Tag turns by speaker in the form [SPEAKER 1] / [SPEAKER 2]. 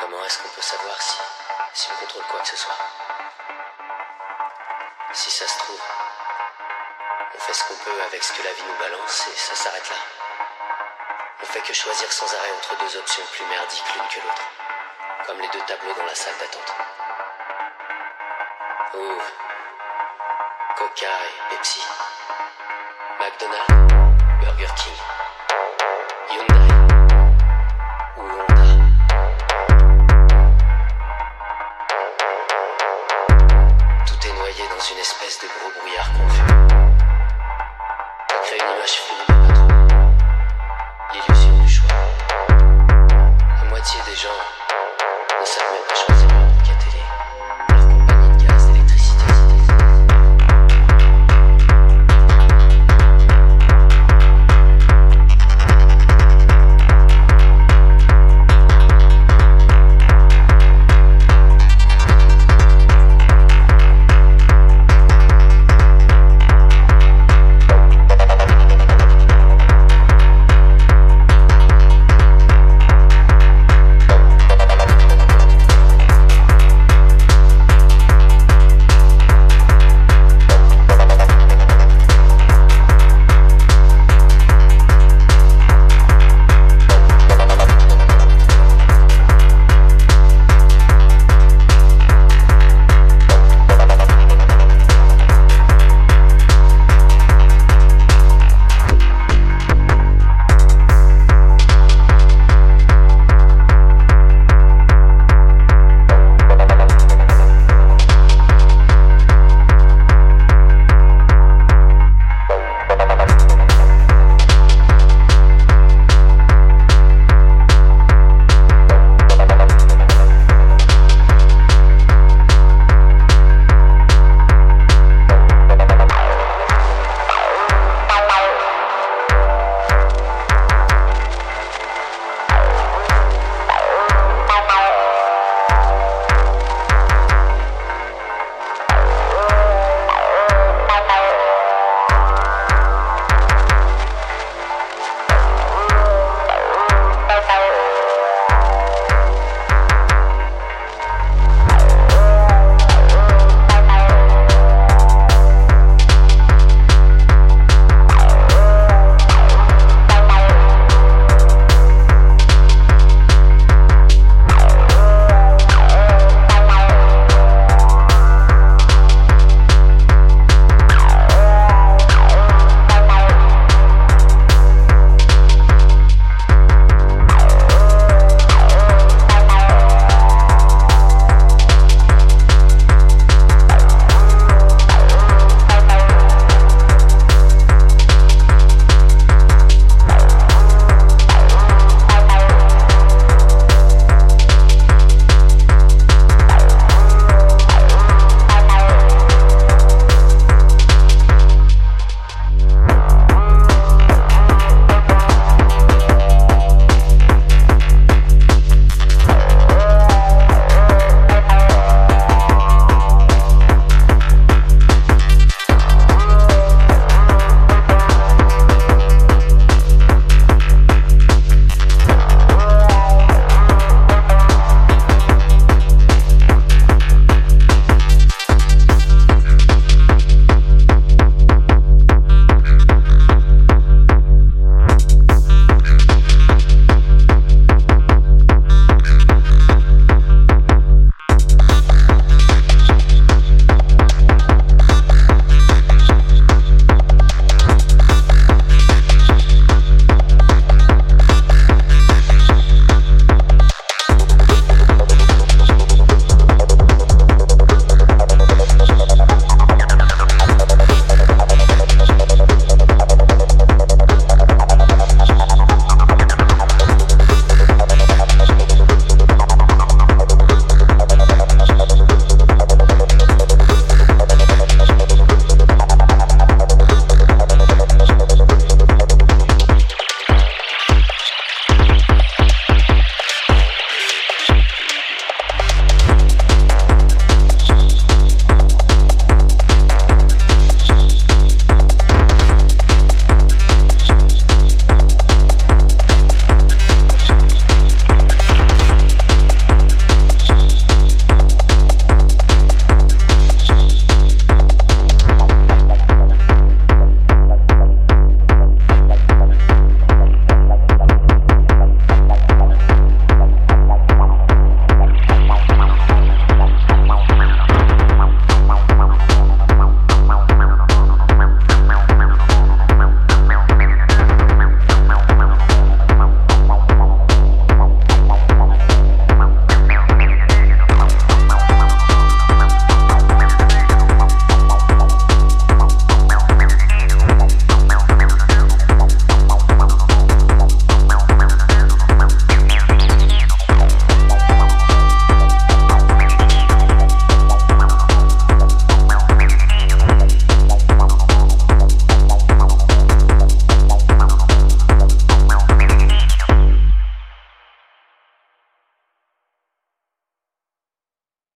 [SPEAKER 1] Comment est-ce qu'on peut savoir si on contrôle quoi que ce soit? Si ça se trouve, on fait ce qu'on peut avec ce que la vie nous balance et ça s'arrête là. On fait que choisir sans arrêt entre deux options plus merdiques l'une que l'autre, comme les deux tableaux dans la salle d'attente. Oh, Coca et Pepsi, McDonald's, Burger King, Hyundai ou Honda. Tout est noyé dans une espèce de gros brouillard confus. Ça crée une image floue de pas trop. L'illusion du choix. La moitié des gens ne savent même pas choisir.